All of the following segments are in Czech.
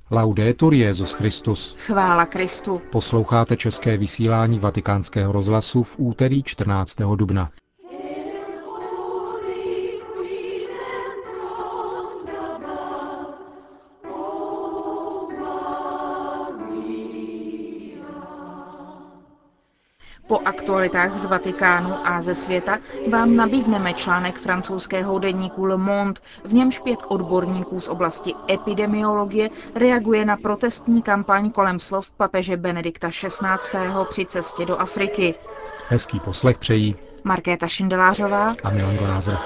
Laudetur Jesus Christus. Chvála Kristu. Posloucháte české vysílání Vatikánského rozhlasu v úterý 14. dubna. Po aktualitách z Vatikánu a ze světa vám nabídneme článek francouzského deníku Le Monde, v němž 5 odborníků z oblasti epidemiologie reaguje na protestní kampaň kolem slov papeže Benedikta XVI. Při cestě do Afriky. Hezký poslech přejí Markéta Šindelářová a Milan Glázer.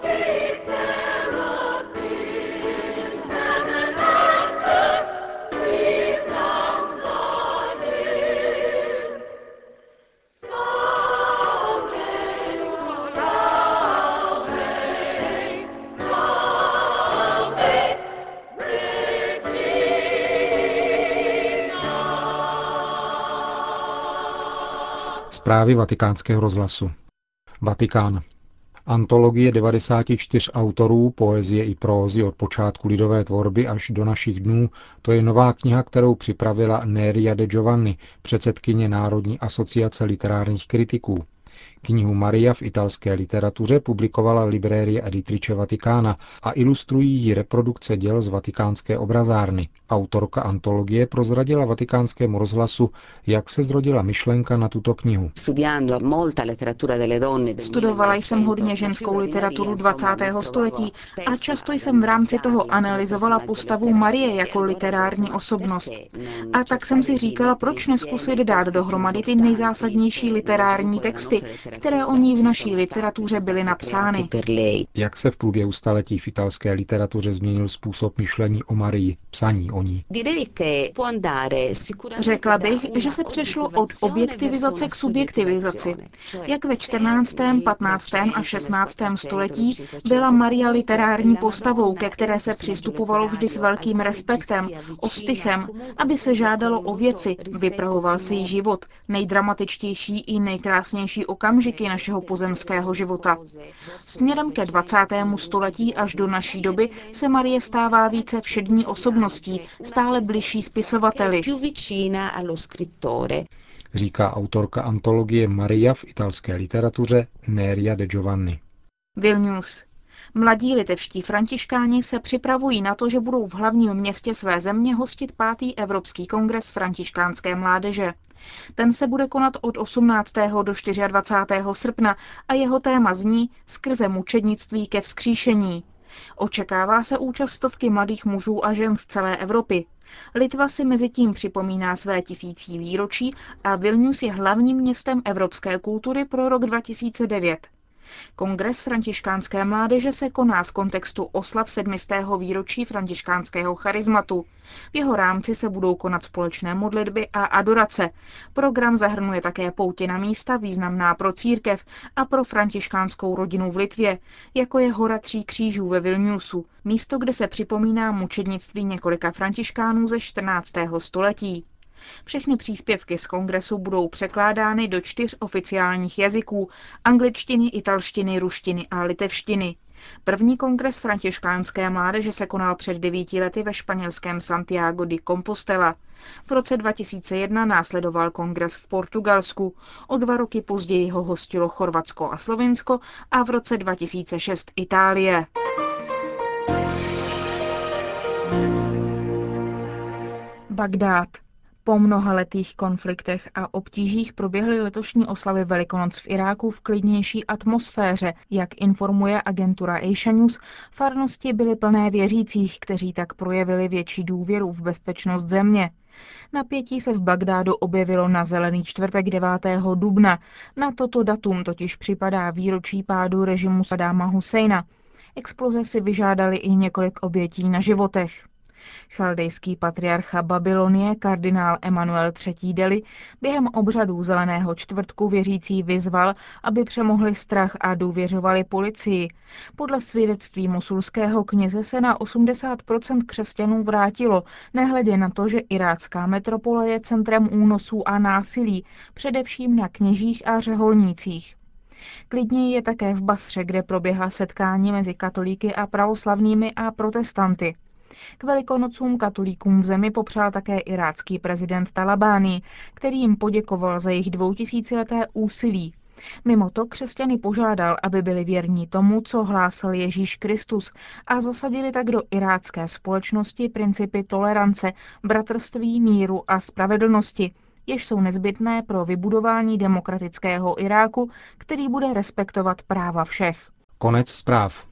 Zprávy Vatikánského rozhlasu. Vatikán. Antologie 94 autorů, poezie i prózy od počátku lidové tvorby až do našich dnů, to je nová kniha, kterou připravila Neria de Giovanni, předsedkyně Národní asociace literárních kritiků. Knihu Maria v italské literatuře publikovala Librerie Editrice Vaticana a ilustrují ji reprodukce děl z vatikánské obrazárny. Autorka antologie prozradila Vatikánskému rozhlasu, jak se zrodila myšlenka na tuto knihu. Studovala jsem hodně ženskou literaturu 20. století a často jsem v rámci toho analyzovala postavu Marie jako literární osobnost. A tak jsem si říkala, proč neskusit dát dohromady ty nejzásadnější literární texty, které o ní v naší literatuře byly napsány. Jak se v průběhu staletí v italské literatuře změnil způsob myšlení o Marii, psaní o ní? Řekla bych, že se přešlo od objektivizace k subjektivizaci. Jak ve 14., 15. a 16. století byla Maria literární postavou, ke které se přistupovalo vždy s velkým respektem, ostychem, aby se žádalo o věci, vypravoval se jí život, nejdramatičtější i nejkrásnější okamžiky našeho pozemského života. Směrem ke 20. století až do naší doby se Marie stává více všední osobností, stále bližší spisovateli, Říká autorka antologie Maria v italské literatuře Neria de Giovanni. Vilnius. Mladí litevští františkáni se připravují na to, že budou v hlavním městě své země hostit 5. Evropský kongres františkánské mládeže. Ten se bude konat od 18. do 24. srpna a jeho téma zní Skrze mučednictví ke vzkříšení. Očekává se účast stovky mladých mužů a žen z celé Evropy. Litva si mezitím připomíná své 1000. výročí a Vilnius je hlavním městem evropské kultury pro rok 2009. Kongres františkánské mládeže se koná v kontextu oslav 700. výročí františkánského charizmatu. V jeho rámci se budou konat společné modlitby a adorace. Program zahrnuje také pouti na místa významná pro církev a pro františkánskou rodinu v Litvě, jako je Hora 3 křížů ve Vilniusu, místo, kde se připomíná mučednictví několika františkánů ze 14. století. Všechny příspěvky z kongresu budou překládány do 4 oficiálních jazyků – angličtiny, italštiny, ruštiny a litevštiny. První kongres františkánské mládeže se konal před 9 lety ve španělském Santiago de Compostela. V roce 2001 následoval kongres v Portugalsku, o 2 roky později ho hostilo Chorvatsko a Slovinsko a v roce 2006 Itálie. Bagdád. Po mnohaletých konfliktech a obtížích proběhly letošní oslavy Velikonoc v Iráku v klidnější atmosféře. Jak informuje agentura Asia News, farnosti byly plné věřících, kteří tak projevili větší důvěru v bezpečnost země. Napětí se v Bagdádu objevilo na Zelený čtvrtek 9. dubna. Na toto datum totiž připadá výročí pádu režimu Saddáma Husajna. Exploze si vyžádaly i několik obětí na životech. Chaldejský patriarcha Babylonie kardinál Emanuel III. Deli během obřadů Zeleného čtvrtku věřící vyzval, aby přemohli strach a důvěřovali policii. Podle svědectví mosulského kněze se na 80% křesťanů vrátilo, nehledě na to, že irácká metropole je centrem únosů a násilí, především na kněžích a řeholnících. Klidněji je také v Basře, kde proběhla setkání mezi katolíky a pravoslavnými a protestanty. K Velikonocům katolíkům v zemi popřál také irácký prezident Talabáni, který jim poděkoval za jejich 2000leté úsilí. Mimo to křesťany požádal, aby byli věrní tomu, co hlásal Ježíš Kristus a zasadili tak do irácké společnosti principy tolerance, bratrství, míru a spravedlnosti, jež jsou nezbytné pro vybudování demokratického Iráku, který bude respektovat práva všech. Konec zpráv.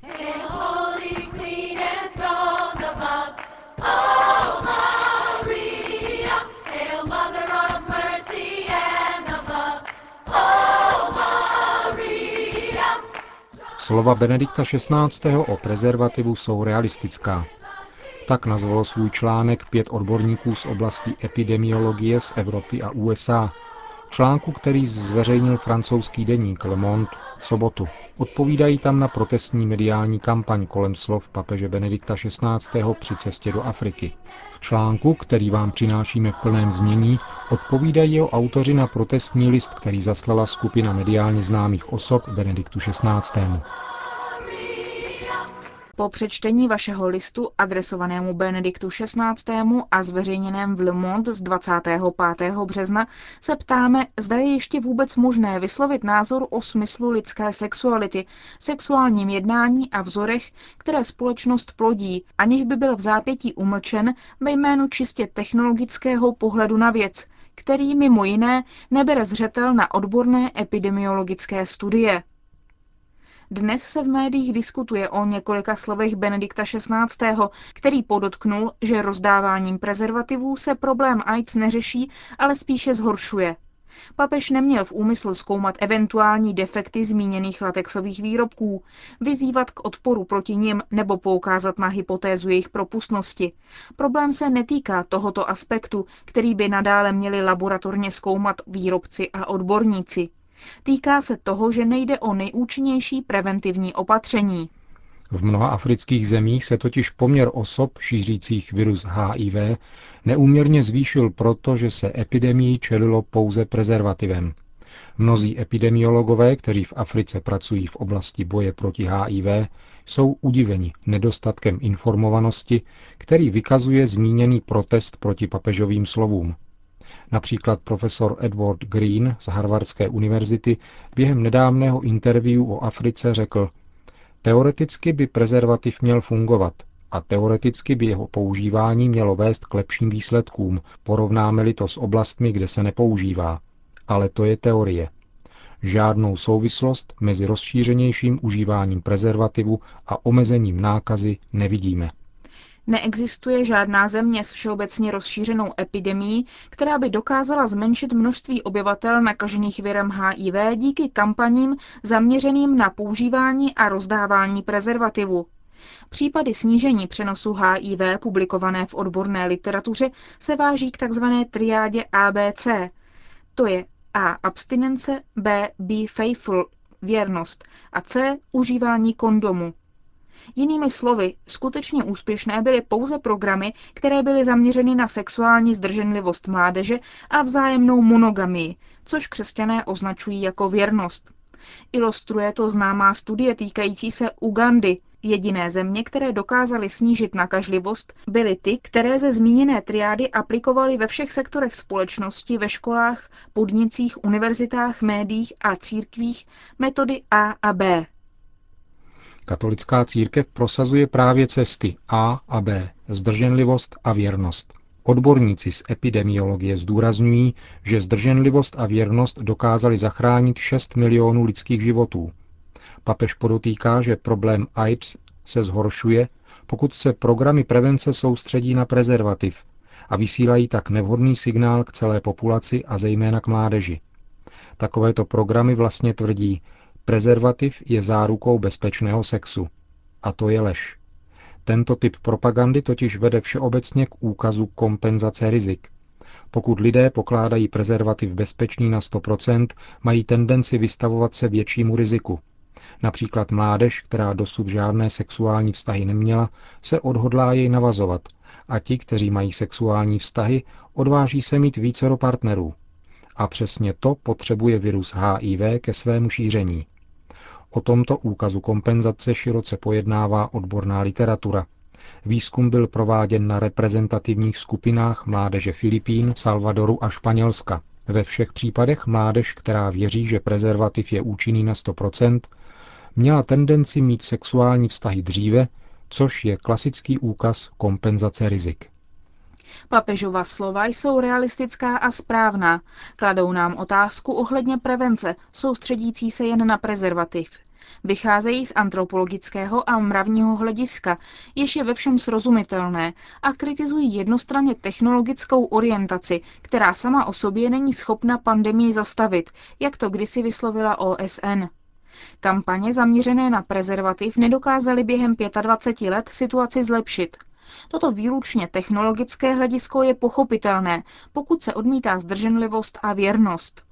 Slova Benedikta XVI. O prezervativu jsou realistická. Tak nazvalo svůj článek 5 odborníků z oblasti epidemiologie z Evropy a USA. Článku, který zveřejnil francouzský deník Le Monde v sobotu. Odpovídají tam na protestní mediální kampaň kolem slov papeže Benedikta XVI. Při cestě do Afriky. V článku, který vám přinášíme v plném znění, odpovídají jeho autoři na protestní list, který zaslala skupina mediálně známých osob Benediktu XVI. Po přečtení vašeho listu adresovanému Benediktu XVI. A zveřejněném v Le Monde z 25. března se ptáme, zda je ještě vůbec možné vyslovit názor o smyslu lidské sexuality, sexuálním jednání a vzorech, které společnost plodí, aniž by byl v zápětí umlčen ve jménu čistě technologického pohledu na věc, který mimo jiné nebere zřetel na odborné epidemiologické studie. Dnes se v médiích diskutuje o několika slovech Benedikta XVI., který podotknul, že rozdáváním prezervativů se problém AIDS neřeší, ale spíše zhoršuje. Papež neměl v úmyslu zkoumat eventuální defekty zmíněných latexových výrobků, vyzývat k odporu proti nim nebo poukázat na hypotézu jejich propustnosti. Problém se netýká tohoto aspektu, který by nadále měli laboratorně zkoumat výrobci a odborníci. Týká se toho, že nejde o nejúčinnější preventivní opatření. V mnoha afrických zemích se totiž poměr osob šířících virus HIV neúměrně zvýšil proto, že se epidemii čelilo pouze prezervativem. Mnozí epidemiologové, kteří v Africe pracují v oblasti boje proti HIV, jsou udiveni nedostatkem informovanosti, který vykazuje zmíněný protest proti papežovým slovům. Například profesor Edward Green z Harvardské univerzity během nedávného interview o Africe řekl: teoreticky by prezervativ měl fungovat a teoreticky by jeho používání mělo vést k lepším výsledkům, porovnáme-li to s oblastmi, kde se nepoužívá. Ale to je teorie. Žádnou souvislost mezi rozšířenějším užíváním prezervativu a omezením nákazy nevidíme. Neexistuje žádná země s všeobecně rozšířenou epidemií, která by dokázala zmenšit množství obyvatel nakažených virem HIV díky kampaním zaměřeným na používání a rozdávání prezervativu. Případy snížení přenosu HIV publikované v odborné literatuře se váží k tzv. Triádě ABC. To je A. Abstinence, B. Be faithful, věrnost a C. Užívání kondomu. Jinými slovy, skutečně úspěšné byly pouze programy, které byly zaměřeny na sexuální zdrženlivost mládeže a vzájemnou monogamii, což křesťané označují jako věrnost. Ilustruje to známá studie týkající se Ugandy. Jediné země, které dokázaly snížit nakažlivost, byly ty, které ze zmíněné triády aplikovaly ve všech sektorech společnosti, ve školách, podnicích, univerzitách, médiích a církvích metody A a B. Katolická církev prosazuje právě cesty A a B, zdrženlivost a věrnost. Odborníci z epidemiologie zdůrazňují, že zdrženlivost a věrnost dokázali zachránit 6 milionů lidských životů. Papež podotýká, že problém AIDS se zhoršuje, pokud se programy prevence soustředí na prezervativ a vysílají tak nevhodný signál k celé populaci a zejména k mládeži. Takovéto programy vlastně tvrdí, prezervativ je zárukou bezpečného sexu. A to je lež. Tento typ propagandy totiž vede všeobecně k úkazu kompenzace rizik. Pokud lidé pokládají prezervativ bezpečný na 100%, mají tendenci vystavovat se většímu riziku. Například mládež, která dosud žádné sexuální vztahy neměla, se odhodlá jej navazovat a ti, kteří mají sexuální vztahy, odváží se mít vícero partnerů. A přesně to potřebuje virus HIV ke svému šíření. O tomto úkazu kompenzace široce pojednává odborná literatura. Výzkum byl prováděn na reprezentativních skupinách mládeže Filipín, Salvadoru a Španělska. Ve všech případech mládež, která věří, že prezervativ je účinný na 100%, měla tendenci mít sexuální vztahy dříve, což je klasický úkaz kompenzace rizik. Papežova slova jsou realistická a správná. Kladou nám otázku ohledně prevence, soustředící se jen na prezervativ. Vycházejí z antropologického a mravního hlediska, jež je ve všem srozumitelné, a kritizují jednostranně technologickou orientaci, která sama o sobě není schopna pandemii zastavit, jak to kdysi vyslovila OSN. Kampaně zaměřené na prezervativ nedokázaly během 25 let situaci zlepšit. Toto výlučně technologické hledisko je pochopitelné, pokud se odmítá zdrženlivost a věrnost.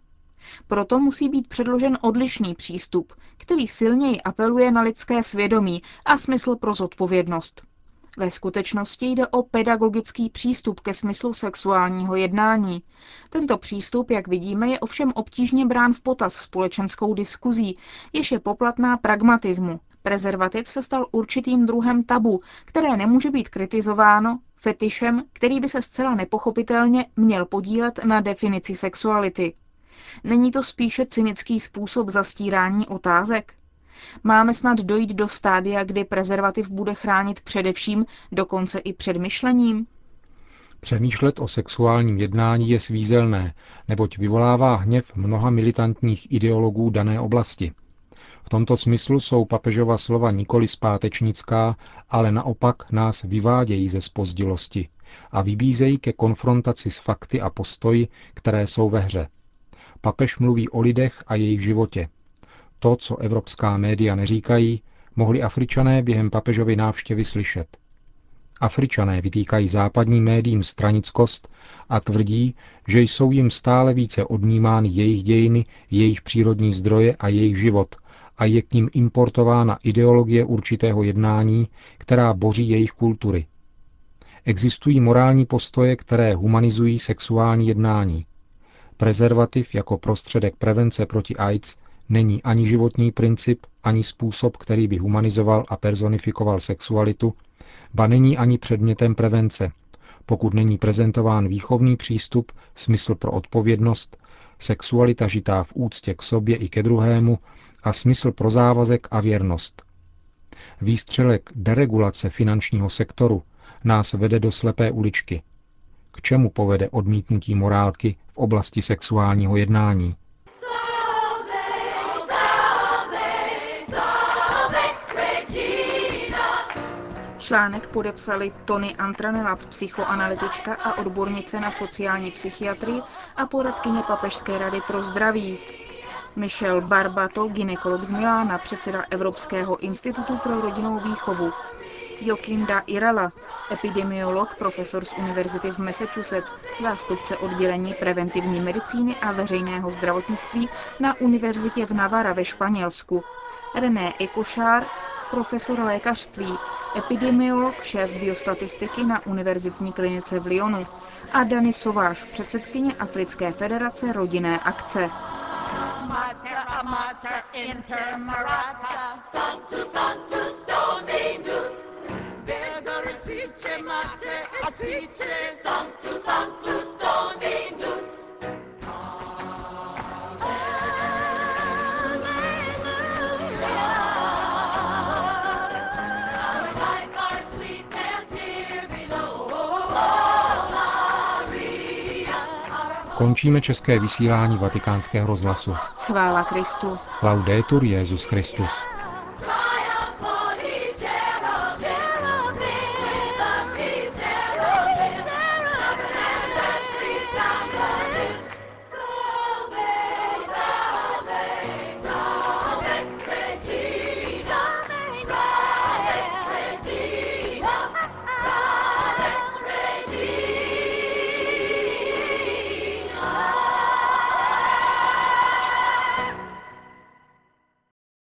Proto musí být předložen odlišný přístup, který silněji apeluje na lidské svědomí a smysl pro zodpovědnost. Ve skutečnosti jde o pedagogický přístup ke smyslu sexuálního jednání. Tento přístup, jak vidíme, je ovšem obtížně brán v potaz společenskou diskuzí, jež je poplatná pragmatismu. Prezervativ se stal určitým druhem tabu, které nemůže být kritizováno, fetišem, který by se zcela nepochopitelně měl podílet na definici sexuality. Není to spíše cynický způsob zastírání otázek? Máme snad dojít do stádia, kdy prezervativ bude chránit především, dokonce i před myšlením? Přemýšlet o sexuálním jednání je svízelné, neboť vyvolává hněv mnoha militantních ideologů dané oblasti. V tomto smyslu jsou papežova slova nikoli zpátečnická, ale naopak nás vyvádějí ze zpozdilosti a vybízejí ke konfrontaci s fakty a postoji, které jsou ve hře. Papež mluví o lidech a jejich životě. To, co evropská média neříkají, mohli Afričané během papežovy návštěvy slyšet. Afričané vytýkají západním médiím stranickost a tvrdí, že jsou jim stále více odnímány jejich dějiny, jejich přírodní zdroje a jejich život a je k nim importována ideologie určitého jednání, která boří jejich kultury. Existují morální postoje, které humanizují sexuální jednání. Prezervativ jako prostředek prevence proti AIDS není ani životní princip, ani způsob, který by humanizoval a personifikoval sexualitu, ba není ani předmětem prevence, pokud není prezentován výchovný přístup, smysl pro odpovědnost, sexualita žitá v úctě k sobě i ke druhému a smysl pro závazek a věrnost. Výstřelek deregulace finančního sektoru nás vede do slepé uličky. K čemu povede odmítnutí morálky v oblasti sexuálního jednání? Článek podepsali Tony Antranella, psychoanalytička a odbornice na sociální psychiatrii a poradkyně Papežské rady pro zdraví. Michel Barbato, gynekolog z Milána, předseda Evropského institutu pro rodinnou výchovu. Joaquim da Irala, epidemiolog, profesor z univerzity v Massachusetts, zástupce oddělení preventivní medicíny a veřejného zdravotnictví na univerzitě v Navarra ve Španělsku. René Ekošár, profesor lékařství, epidemiolog, šéf biostatistiky na univerzitní klinice v Lyonu a Dani Sováš, předsedkyně Africké federace rodinné akce. Končíme české vysílání Vatikánského rozhlasu. Chvála Kristu. Laudetur Jesus Christus.